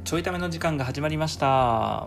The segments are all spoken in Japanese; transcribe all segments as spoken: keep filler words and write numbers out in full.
ちょいための時間が始まりました。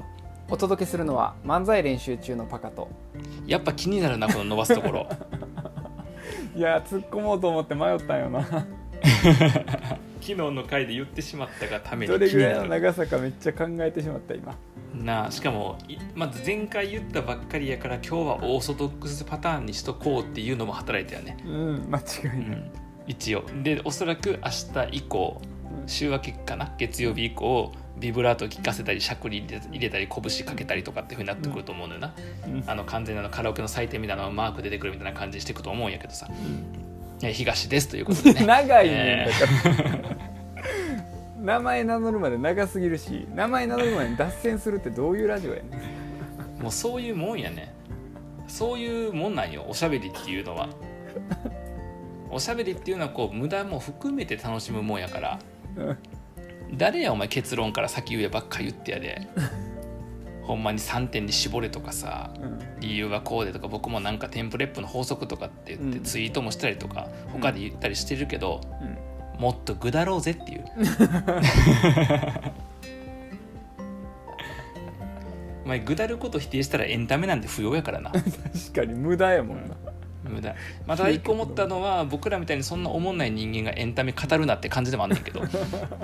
お届けするのは漫才練習中のパカと。 やっぱ気になるなこの伸ばすところいや突っ込もうと思って迷ったんよな昨日の回で言ってしまったがためにどれぐらいの長さかめっちゃ考えてしまった今なあ。しかもまず前回言ったばっかりやから今日はオーソドックスパターンにしとこうっていうのも働いたよね。 うん間違いない、うん、 一応でおそらく明日以降週明けかな月曜日以降ビブラート聞かせたりしゃくり入れたり拳かけたりとかっていう風になってくると思うのよな、うん、あの完全なのカラオケの採点みたいなのマーク出てくるみたいな感じにしていくと思うんやけどさ、うん、東ですということでね長いねんだから、えー、名前名乗るまで長すぎるし名前名乗るまでに脱線するってどういうラジオやねんもうそういうもんやね。そういうもんなんよおしゃべりっていうのはおしゃべりっていうのはこう無駄も含めて楽しむもんやから誰やお前結論から先言えばっか言ってやでほんまにさんてんに絞れとかさ、うん、理由はこうでとか僕もなんかテンプレップの法則とかって言ってツイートもしたりとか、うん、他で言ったりしてるけど、うん、もっとぐだろうぜっていうお前ぐだること否定したらエンタメなんて不要やからな確かに無駄やもんな、 うん、無駄。また一個思ったのは僕らみたいにそんな思んない人間がエンタメ語るなって感じでもあんねんけど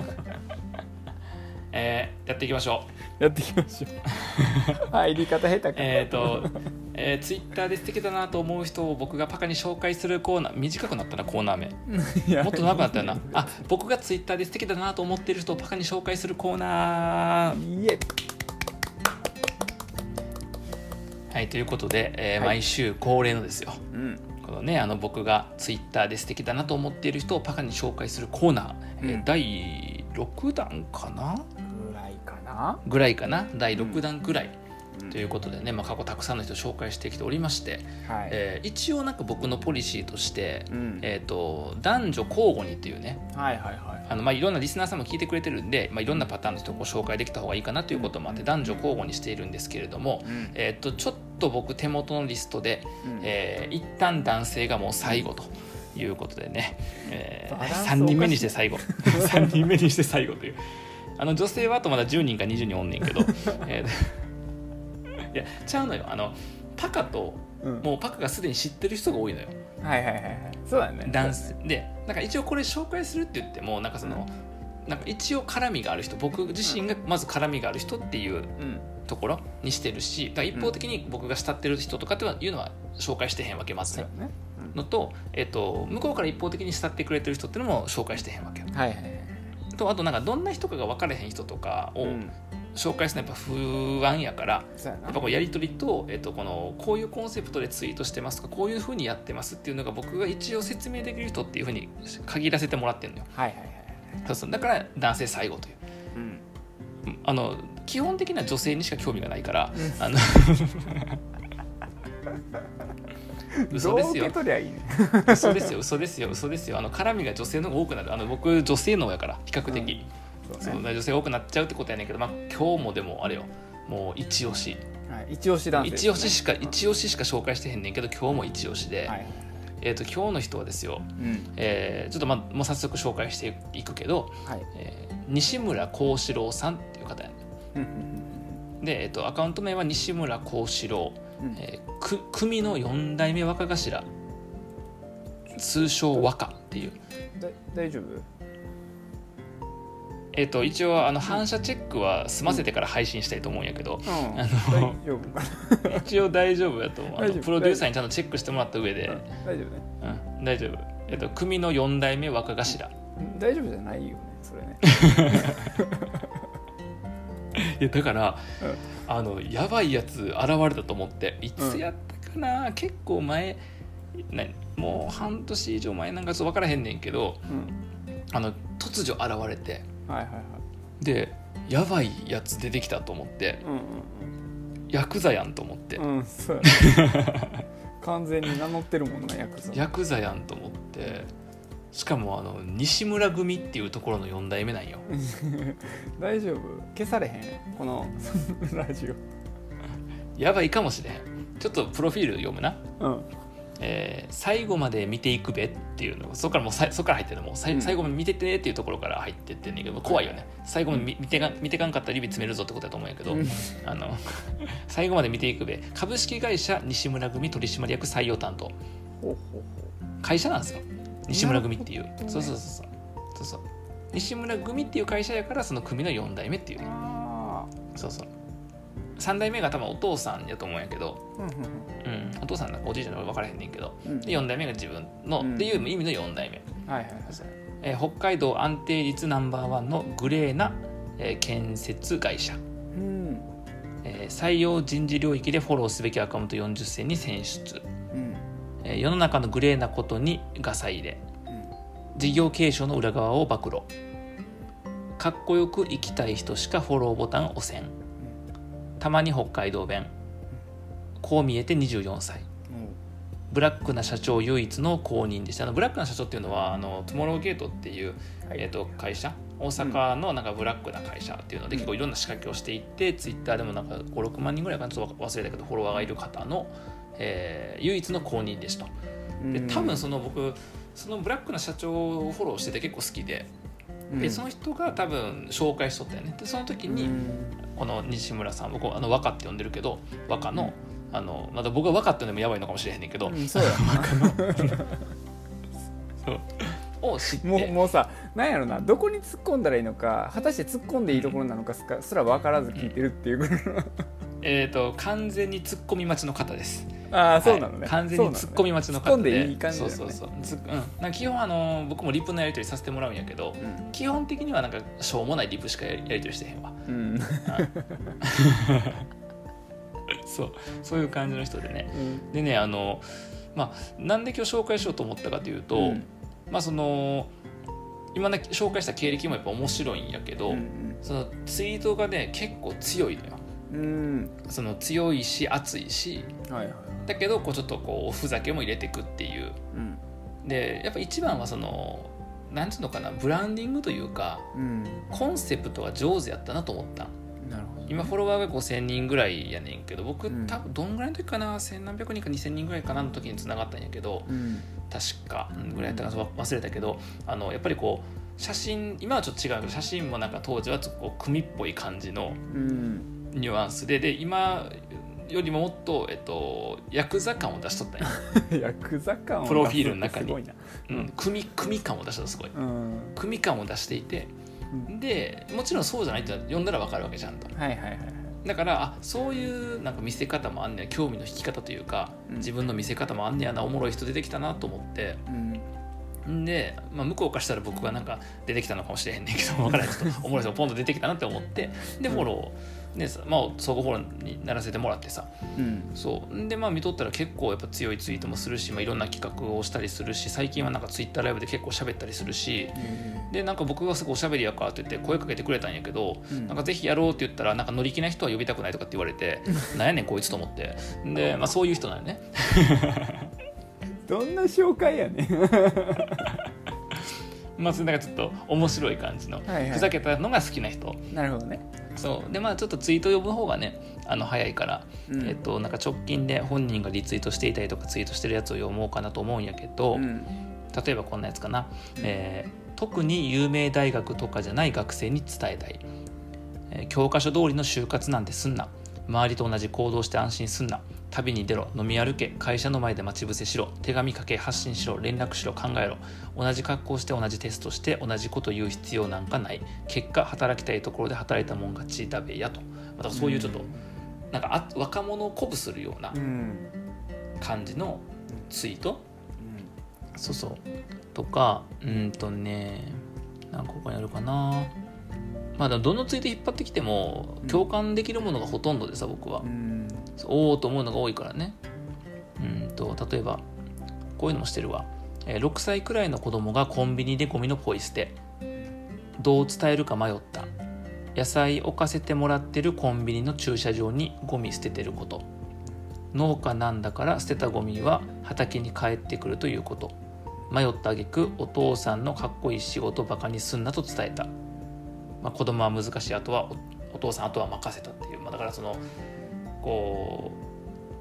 えー、やっていきましょうやっていきましょう入り方下手かえっと、えー、ツイッターで素敵だなと思う人を僕がパカに紹介するコーナー。短くなったなコーナー名もっと長くなったよなあ僕がツイッターで素敵だなと思っている人をパカに紹介するコーナー。 イエイ。 はい、ということで、えーはい、毎週恒例のですよ、うん、このねあの僕がツイッターで素敵だなと思っている人をパカに紹介するコーナー、うんえー、だいろくだんかなぐらいかなぐらいかなだいろくだんぐらい、うん、ということでね、まあ、過去たくさんの人を紹介してきておりまして、はいえー、一応なんか僕のポリシーとして、うんえー、と男女交互にっていうね、はいはいはいあのまあ、いろんなリスナーさんも聞いてくれてるんで、まあ、いろんなパターンの人をご紹介できた方がいいかなということもあって男女交互にしているんですけれども、うんえー、とちょっと僕手元のリストで、うんえー、一旦男性がもう最後ということでね、えー、さんにんめにして最後さんにんめにして最後というあの女性はあとまだじゅうにんかにじゅうにんおんねんけど、えー、いやちゃうのよあのパカと、うん、もうパカがすでに知ってる人が多いのよ。 はいはいはいはいそうだね。 男性でなんか一応これ紹介するって言ってもなんかその、うん、なんか一応絡みがある人僕自身がまず絡みがある人っていうところにしてるし、だから一方的に僕が慕ってる人とかっていうのは紹介してへんわけまずね。ねうん、のと、えーと、向こうから一方的に慕ってくれてる人っていうのも紹介してへんわけよ。はいはいはい。とあとなんかどんな人かが分からへん人とかを、うん紹介するのはやっぱ不安やからやっぱこうやり取りと、えっと、このこういうコンセプトでツイートしてますとかこういう風にやってますっていうのが僕が一応説明できる人っていう風に限らせてもらってるのよ。はいはいはい、そうそうだから男性最後という、うん、あの基本的には女性にしか興味がないから、うん、あの嘘ですよ。 どう受け取りゃいいね嘘ですよ嘘ですよ嘘ですよあの絡みが女性の方が多くなる。あの僕女性のやから比較的、うんそうね、そう女性が多くなっちゃうってことやねんけど、まあ、今日もでもあれよもう一押し、 はい、一押し男性、ね、 一押ししか一押ししか紹介してへんねんけど今日も一押しで、はいえー、と今日の人はですよ、うんえー、ちょっと、まあ、もう早速紹介していくけど、はいえー、西村幸四郎さんっていう方やねんで、えー、とアカウント名は西村幸四郎、うんえー、く組のよん代目若頭通称若っていうだ大丈夫えー、と一応あの反射チェックは済ませてから配信したいと思うんやけど、うん、あの大丈夫かな一応大丈夫やと思う。あのプロデューサーにちゃんとチェックしてもらった上で、 うん、大丈夫ね、 うん、大丈夫、えー、と組のよん代目若頭、 うん、大丈夫じゃないよねそれねいやだから、うん、あのやばいやつ現れたと思っていつやったかな、うん、結構前もう半年以上前なんかちょっと分からへんねんけど、うん、あの突如現れてはいはいはい、でやばいやつ出てきたと思って、うんうんうん、ヤクザやんと思って、うん、そう完全に名乗ってるもんなヤクザヤクザやんと思ってしかもあの西村組っていうところのよん代目なんよ大丈夫消されへんこのラジオやばいかもしれへん。ちょっとプロフィール読むな、うんえー、最後まで見ていくべっていうの、そこからもうさそこから入ってるのもう、うん、最後まで見ててっていうところから入ってってんねんけど、怖いよね。最後まで 見, 見てか見てかんかったら指詰めるぞってことだと思うんやけど、うん、あの最後まで見ていくべ、株式会社西村組取締役採用担当、会社なんですよ西村組っていう、ね、そうそうそうそうそうそう、西村組っていう会社やからその組のよん代目っていうね。そうそう、さん代目が多分お父さんやと思うんやけど、うんうんうん、お父さんなんかおじいちゃんの分からへんねんけど、うん、でよん代目が自分の、うん、っていう意味のよん代目、はいはいはい、えー、北海道安定率ナンバーワンのグレーな、えー、建設会社、うんえー、採用人事領域でフォローすべきアカウントよんじゅっせんに選出、うんえー、世の中のグレーなことにガサ入れ、うん、事業継承の裏側を暴露、かっこよく生きたい人しかフォローボタン押せん、たまに北海道弁、こう見えてにじゅうよんさい、ブラックな社長唯一の公認でした。あのブラックな社長っていうのはあのトゥモローゲートっていう、はいえー、と会社、大阪のなんかブラックな会社っていうので、うん、結構いろんな仕掛けをしていて、ツイッターでもなんかご、ろくまん人ぐらいかな、ちょっと忘れたけどフォロワーがいる方の、えー、唯一の公認でした。で多分その僕そのブラックな社長をフォローしてて結構好きで、でその人が多分紹介しとったよね。でその時にこの西村さん、僕あの若って呼んでるけど、若のあのまだ僕は若って呼んでもやばいのかもしれへんねんけど、うん、そうや若のそうを知ってもう、もうさ、なんやろな、どこに突っ込んだらいいのか、果たして突っ込んでいいところなのかすら分からず聞いてるっていう、うん、 えっと完全に突っ込み待ちの方です。 ああ、そうなのね、 はい、完全に突っ込み待ちの方で、突っ込んでいい感じだよね。 そうそうそう、つ、うん、なんか基本あの僕もリプのやり取りさせてもらうんやけど、うん、基本的にはなんかしょうもないリプしかやり取りしてへんわ、うん、そうそういう感じの人でね、うん、でねあのまあなんで今日紹介しようと思ったかというと、うん、まあその今ね紹介した経歴もやっぱ面白いんやけど、うん、そのツイートがね結構強いのよ。うん、その強いし熱いし、はいはい、だけどこうちょっとこうおふざけも入れていくっていう、うん、でやっぱ一番はそのなんつうのかな、ブランディングというか、うん、コンセプトが上手やったなと思った。なるほど、ね、今フォロワーがごせんにんぐらいやねんけど、僕、うん、多分どんぐらいの時かな、せんなんびゃくにんかにせんにんぐらいかなの時に繋がったんやけど、うん、確か、うん、ぐらいやったか忘れたけど、あのやっぱりこう写真今はちょっと違うけど、写真もなんか当時はこう組っぽい感じの、うんニュアンスで、で今よりももっと、えっと、ヤクザ感を出しとったんやヤクザ感を出すプロフィールの中に、うん、組, 組感を出したのすごい、うん、組感を出していて、うん、でもちろんそうじゃないって読んだら分かるわけじゃんと、はいはいはい、だからあそういうなんか見せ方もあんねや、興味の引き方というか、うん、自分の見せ方もあんねやな、おもろい人出てきたなと思って、うん、で、まあ、向こうからしたら僕がなんか出てきたのかもしれへんねんけど分からない、ちょっとおもろい人がポンと出てきたなって思ってでフォローで、まあ、相互フォローにならせてもらってさ、うん、そうでまあ見とったら結構やっぱ強いツイートもするし、まあ、いろんな企画をしたりするし、最近はなんかツイッターライブで結構喋ったりするし、うん、でなんか僕がすごいおしゃべりやからって言って声かけてくれたんやけど、うん、なんかぜひやろうって言ったらなんか乗り気な人は呼びたくないとかって言われてなんやねんこいつと思ってで、まあ、そういう人なんよねどんな紹介やねんまあなんかちょっと面白い感じの、はいはい、ふざけたのが好きな人。 なるほどね。 そうでまあちょっとツイート呼ぶ方がねあの早いから、うんえっと、なんか直近で本人がリツイートしていたりとかツイートしてるやつを読もうかなと思うんやけど、うん、例えばこんなやつかな、えー、特に有名大学とかじゃない学生に伝えたい、えー、教科書通りの就活なんてすんな、周りと同じ行動して安心すんな、旅に出ろ、飲み歩け、会社の前で待ち伏せしろ、手紙かけ、発信しろ、連絡しろ、考えろ、同じ格好して同じテストして同じこと言う必要なんかない、結果働きたいところで働いたもん勝ちだべやと、またそういうちょっとなんかあ若者を鼓舞するような感じのツイート、うん、そうそうとかうんとね何個かにあるかな。まあ、どのツイート引っ張ってきても共感できるものがほとんどでさ、僕は、うん、おおと思うのが多いからね。うんと例えばこういうのもしてるわ。ろくさいくらいの子供がコンビニでゴミのポイ捨て、どう伝えるか迷った、野菜置かせてもらってるコンビニの駐車場にゴミ捨ててること、農家なんだから捨てたゴミは畑に帰ってくるということ、迷った挙句お父さんのかっこいい仕事バカにすんなと伝えた、まあ、子供は難しい、あとは お, お父さんあとは任せたっていう、まあ、だからそのこ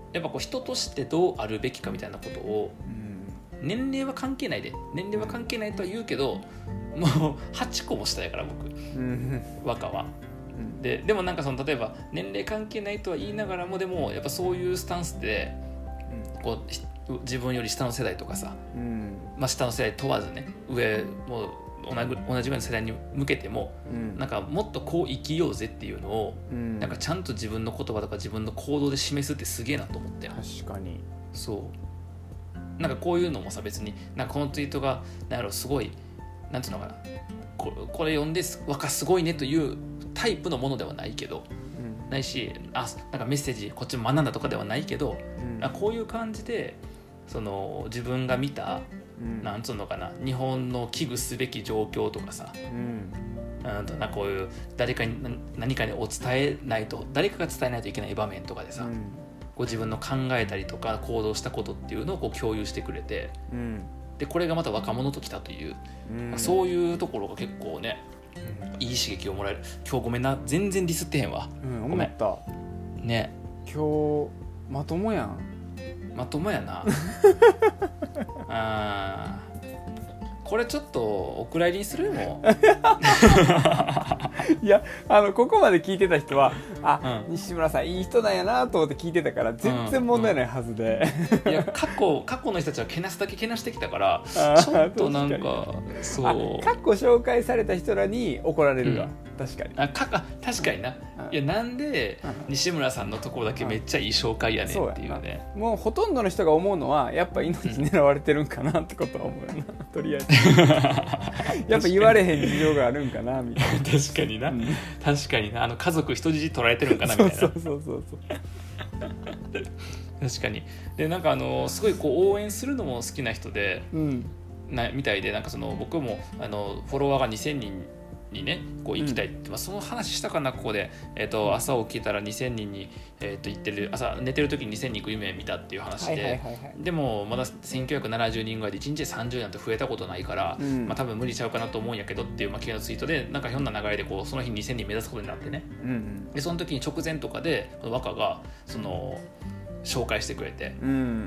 やっぱこう人としてどうあるべきかみたいなことを、 うん、 年齢は関係ないで年齢は関係ないとは言うけど、もうはちこも下やから僕、 うん、 若は。で, でもなんかその例えば年齢関係ないとは言いながらもでもやっぱそういうスタンスでこう自分より下の世代とかさ、 うんまあ、下の世代問わずね上もう同じ同じぐらいの世代に向けても、うん、なんかもっとこう生きようぜっていうのを、うん、なんかちゃんと自分の言葉とか自分の行動で示すってすげえなと思って。 確かにそうなんかこういうのもさ別になんかこのツイートがなんやろすごいなんていうのかな こ, これ読んですわかすごいねというタイプのものではないけど、うん、ないしあなんかメッセージこっちも学んだとかではないけど、うん、あこういう感じでその自分が見た、うん、なんつうのかな日本の危惧すべき状況とかさ、うん、なんとなこういう誰かに何かにお伝えないと誰かが伝えないといけない場面とかでさ、うん、こう自分の考えたりとか行動したことっていうのをこう共有してくれて、うん、でこれがまた若者ときたという、うん、そういうところが結構ねいい刺激をもらえる。今日ごめんな全然ディスってへんわ、 うん、ごめん思ったね今日まともやんまともやなあこれちょっとお蔵入りにするもいやあのここまで聞いてた人はあ、うん、西村さんいい人なんやなと思って聞いてたから全然問題ないはずで、 うんうん、いや過去過去の人たちはけなすだけけなしてきたからちょっとなんかそう過去紹介された人らに怒られるわ、うん、確かにあか確かにな、うん、いやなんで西村さんのところだけめっちゃいい紹介やねんっていうね、 うん、もうほとんどの人が思うのはやっぱ命狙われてるんかなってことは思うよな、うん、とりあえずやっぱ言われへん事情があるんかなみたいな確かにな、うん、確かになあの家族人質取られてるんかなみたいなそうそうそうそう確かにでなんかあのすごいこう応援するのも好きな人で、うん、なみたいでなんかその僕もあのフォロワーがにせんにんにねこう行きたいって、うんまあ、その話したかなここで、えー、と朝起きたらにせんにんに、えー、と行ってる朝寝てる時ににせんにん行く夢見たっていう話で、はいはいはいはい、でもまだせんきゅうひゃくななじゅうにんぐらいでいちにちでさんじゅうなんて増えたことないから、うんまあ、多分無理ちゃうかなと思うんやけどっていう、まあ、昨日のツイートでなんかひょんな流れでこうその日にせんにん目指すことになってね、うんうん、でその時に直前とかで若がその紹介してくれて、うん、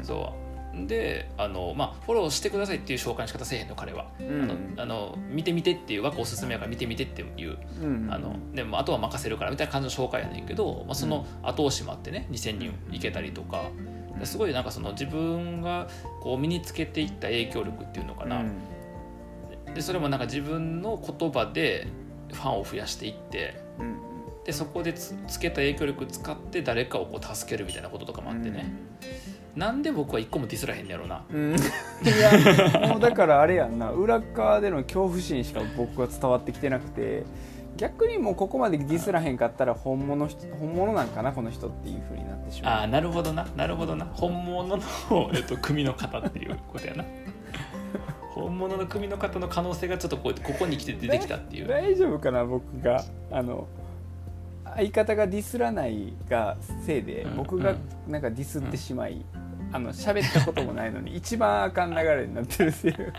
そうであの、まあ、フォローしてくださいっていう紹介の仕方せえへんの彼は、うん、あのあの見てみてっていう枠おすすめやから見てみてっていう、うん、あのでもあとは任せるからみたいな感じの紹介やねんけど、まあ、その後押しもあってねにせんにんいけたりとか、うん、すごいなんかその自分がこう身につけていった影響力っていうのかな、うん、でそれもなんか自分の言葉でファンを増やしていって、うん、でそこで つ, つけた影響力使って誰かをこう助けるみたいなこととかもあってね、うん、なんで僕は一個もディスらへんねやろうな、うん、いやもうだからあれやんな裏側での恐怖心しか僕は伝わってきてなくて逆にもうここまでディスらへんかったら本物本物なんかなこの人っていう風になってしまう。 ああなるほどななるほどな本物の、えっと、組の方っていうことやな本物の組の方の可能性がちょっとこうここに来て出てきたっていう。 大丈夫かな僕があの相方がディスらないがせいで僕がなんかディスってしまい、うん、あの喋ったこともないのに一番あかん流れになってるっていう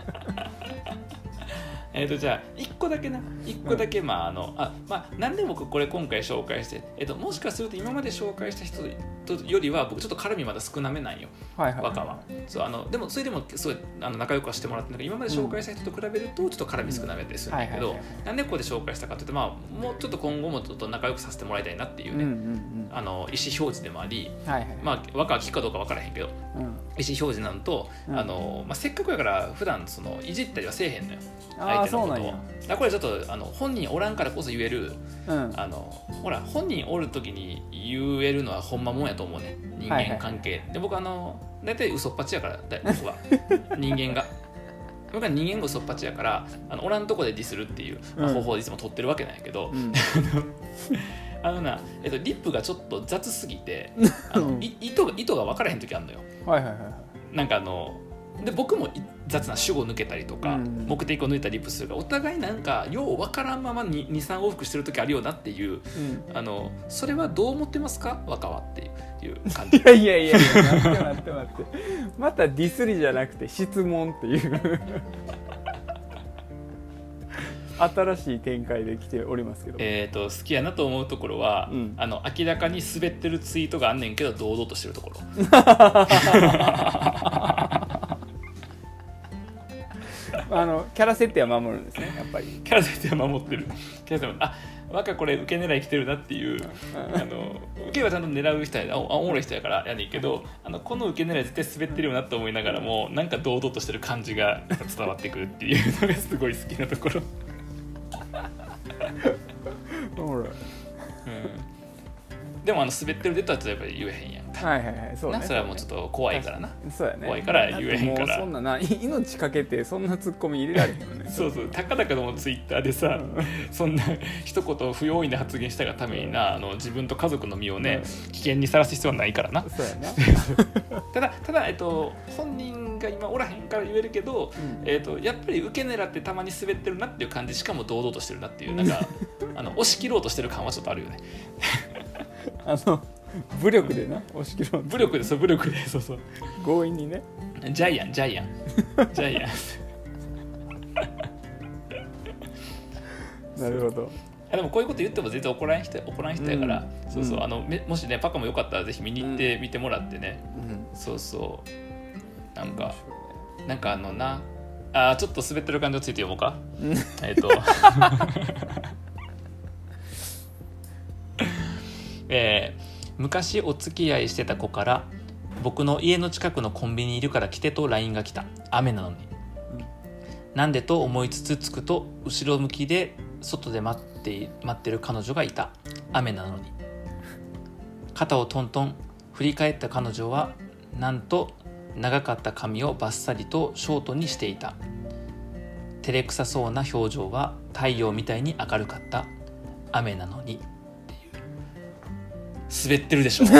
えっとじゃあいっこだけな、いっこだけ、うん、まああのあまあなんで僕これ今回紹介して、えっともしかすると今まで紹介した人よりは僕ちょっと絡みまだ少なめなんよ。はいはい、若は。そうあのでもそれでもすごいあの仲良くはしてもらってるけど今まで紹介した人と比べるとちょっと絡み少なめでするんだけど、なんでここで紹介したかというとまあもうちょっと今後もちょっと仲良くさせてもらいたいなっていうね、うんうんうん、あの意思表示でもあり、はいはい、まあ若は聞くかどうか分からへんけど、うん、意思表示なんと、うんあのまあ、せっかくやから普段そのいじったりはせえへんのよ。相手のことを。だこれちょっとあの本人おらんからこそ言える、うん、あのほら本人おる時に言えるのはほんまもんやと思うね人間関係、はいはい、で僕あの大体嘘っぱちやから僕は人間が僕は人間が嘘っぱちやからあのおらんとこでディスるっていう、まあ、方法でいつも取ってるわけなんやけど、うん、あのな、えっと、リップがちょっと雑すぎてあの意図が意図が分からへん時あるのよ。はいはいはい、なんかあので僕も雑な主語抜けたりとか、うん、目的を抜いたリップするがお互いなんかよう分からんまま にさん 往復してる時あるよなっていう、うん、あのそれはどう思ってますか若はっていう感じ。 いやいやいや待って待って待ってまたディスりじゃなくて質問っていう新しい展開で来ておりますけど、 えー、と好きやなと思うところは、うん、あの明らかに滑ってるツイートがあんねんけど堂々としてるところあのキャラ設定は守るんですね、やっぱり。 キャラ設定は守ってる。キャラ設定はあ、若これ受け狙い来てるなっていう、あの受けはちゃんと狙う人や、あおもろい人やからやねんけど、あのこの受け狙い絶対滑ってるよなと思いながらも、なんか堂々としてる感じが伝わってくるっていうのがすごい好きなところ。 おもろい。うん、 でもあの滑ってるでとはやっぱり言えへんやんか。 はいはいはい、そうね。 それはもうちょっと怖いからな。 そうやね。 怖いから言えへんから。 もうそんなな命かけてそんなツッコミ入れられへんよね。 そうそう。たかだかのツイッターでさ、そんな一言不用意な発言したがためにな、あの自分と家族の身をね、うん、危険にさらす必要はないからな。 そうやな。 ただただえっと本人が今おらへんから言えるけど、うん、えっとやっぱり受け狙ってたまに滑ってるなっていう感じ、しかも堂々としてるなっていうなんかあの押し切ろうとしてる感はちょっとあるよね。 あの武力でな押し切ろう。 武力でそう武力でそうそう。 強引にね。 ジャイアンジャイアンジャイアン。なるほど。 でもこういうこと言っても全然怒らん人怒らん人やから、うん、そうそう、あのもしねパカもよかったらぜひ見に行ってみてもらってね、うん、そうそうなんか、うん、なんかあのなあちょっと滑ってる感じをついて読もうか。えっとえー、昔お付き合いしてた子から僕の家の近くのコンビニにいるから来てと ライン が来た。雨なのに、うん、なんでと思いつつ着くと後ろ向きで外で待って待ってる彼女がいた。雨なのに。肩をトントン振り返った彼女はなんと長かった髪をバッサリとショートにしていた。照れくさそうな表情は太陽みたいに明るかった。雨なのにっていう。滑ってるでしょ。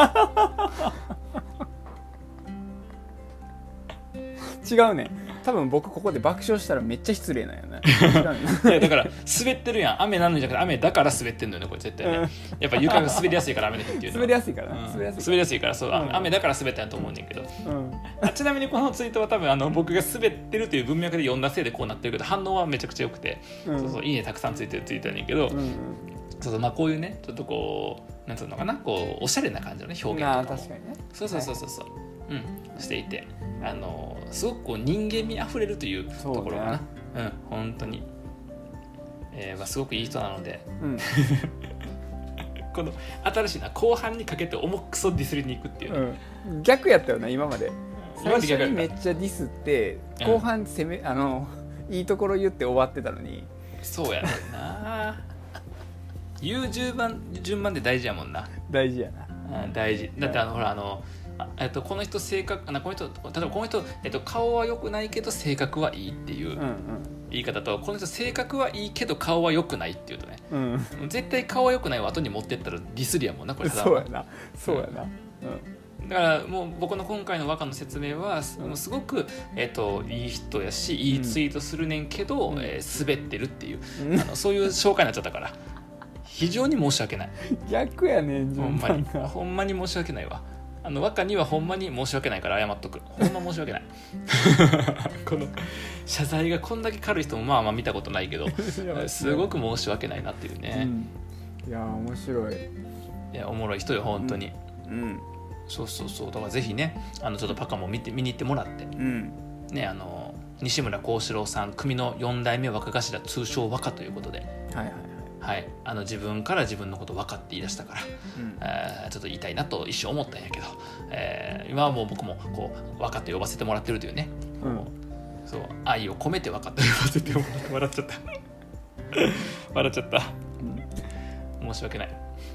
違うね。多分僕ここで爆笑したらめっちゃ失礼なんよね。 いやだから滑ってるやん。雨なのにじゃなくて雨だから滑ってんのよねこれ絶対ね。やっぱ床が滑りやすいから雨の日っていうのは。 滑りやすいからな、 うん、 滑りやすい。 滑りやすいからそう、うん、雨だから滑ったんやと思うねんけど。うん、あちなみにこのツイートは多分あの僕が滑ってるという文脈で読んだせいでこうなってるけど反応はめちゃくちゃ良くて、うん、そうそういいねたくさんついてるツイートやねんけど、うんうん、そうそうまあこういうねちょっとこうなんつうのかなこうおしゃれな感じのね表現とかも。 確かにね。 そうそうそうそうそう。はいうん、していてあのすごくこう人間味あふれるというところかな、ね、うん本当に、えーまあ、すごくいい人なので、うん、この新しいな後半にかけて重くそディスりに行くっていう、ねうん、逆やったよな今まで。最初にめっちゃディスって後半攻め、うん、あのいいところ言って終わってたのに。 そうやねんな。言う順番順番で大事やもんな。 大事やな、 うん、大事だってあのほらあのえっと、この人性格あこの人例えばこの人、えっと、顔は良くないけど性格はいいっていう言い方と、うんうん、この人性格はいいけど顔は良くないっていうとね、うん、絶対顔は良くないを後に持ってったらディスりやもんなこれ。 そうやなそうやな、 うん、だからもう僕の今回の和歌の説明は、うん、すごく、えっと、いい人やしいいツイートするねんけど、うんえー、滑ってるっていう、うん、あのそういう紹介になっちゃったから非常に申し訳ない。 逆やねんほんまにほんまに申し訳ないわ。あの和歌にはほんまに申し訳ないから謝っとく。ほんま申し訳ない。この謝罪がこんだけ軽い人もまあまあ見たことないけどすごく申し訳ないなっていうね、 うん、いや面白い。いやおもろい人よ本当に、うんうん、そうそうそうだからぜひねあのちょっとパカも見て見に行ってもらって、うん、ねあの西村幸四郎さん組のよん代目若頭通称和歌ということで、はいはいはい、あの自分から自分のこと分かって言い出したから、うんえー、ちょっと言いたいなと一瞬思ったんやけど、えー、今はもう僕もこう分かって呼ばせてもらってるというね、うん、そう愛を込めて分かって呼ばせてもらって笑っちゃった笑っちゃった、うん、申し訳ない。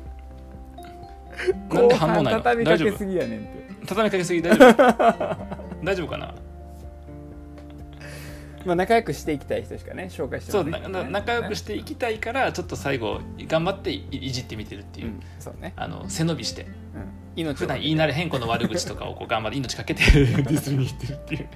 なんで反応ないの？ 畳みかけすぎやねんって畳みかけすぎ大丈夫大丈夫かな。 まあ、仲良くしていきたい人しかね紹介してもらって、ね、 そう仲良くしていきたいからちょっと最後頑張っていじってみてるっていう、うん、 そうね、あの背伸びして、 うん、 普段言い慣れへんこの悪口とかをこう頑張って命かけてディスりにいってるっていう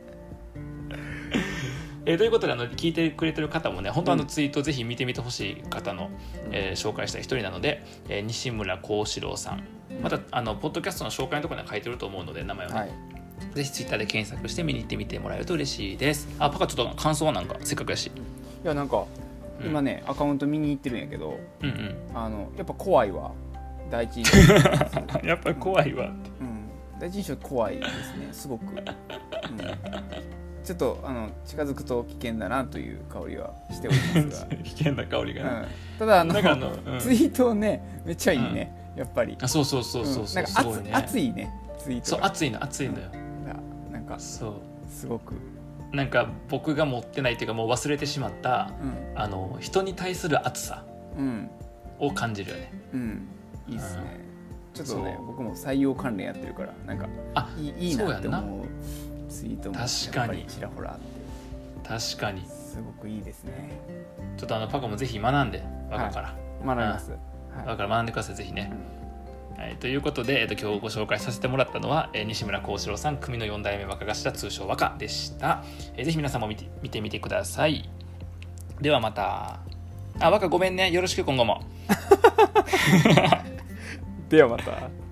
えー、ということであの聞いてくれてる方もね本当あのツイートぜひ見てみてほしい方の、うんえー、紹介した一人なので、えー、西村幸四郎さんまたあのポッドキャストの紹介のところには書いてると思うので名前をね、はいぜひツイッターで検索して見に行ってみてもらえると嬉しいです。あ、パカちょっと感想はなんかせっかくやし。いやなんかうん、 今ねアカウント見に行ってるんやけど、 うんうん、 あのやっぱ怖いわ第一印象やっぱ怖いわって、 うん、第一印象怖いですねすごく、うん、ちょっとあの近づくと危険だなという香りはしておりますが危険な香りが、ね、 うん、ただあのあの、うん、 ツイートねめっちゃいいね、うん、やっぱりあそうそうそうそうそう、 うん、なんか熱、 ね、 熱いねツイートそう熱いの熱いんだよ、 うん、なんかそうすごくなんか僕が持ってないっていうかもう忘れてしまった、うん、あの人に対する熱さを感じるよね、 うん、うん、いいっすね、うん、ちょっとね僕も採用関連やってるからなんかあいい、いいなって思うツイートもやっぱりちらほらあって確かにすごくいいですね。 ちょっとあのパコもぜひ学んで若から、 はい、学びます、 うん、若から学んでくださいぜひね、うん、はい、ということで、えっと、今日ご紹介させてもらったのは、えー、西村幸四郎さん組のよん代目若頭通称若でした、えー、ぜひ皆さんも見て見てみてください。ではまた。あ、若ごめんね、よろしく今後もではまた。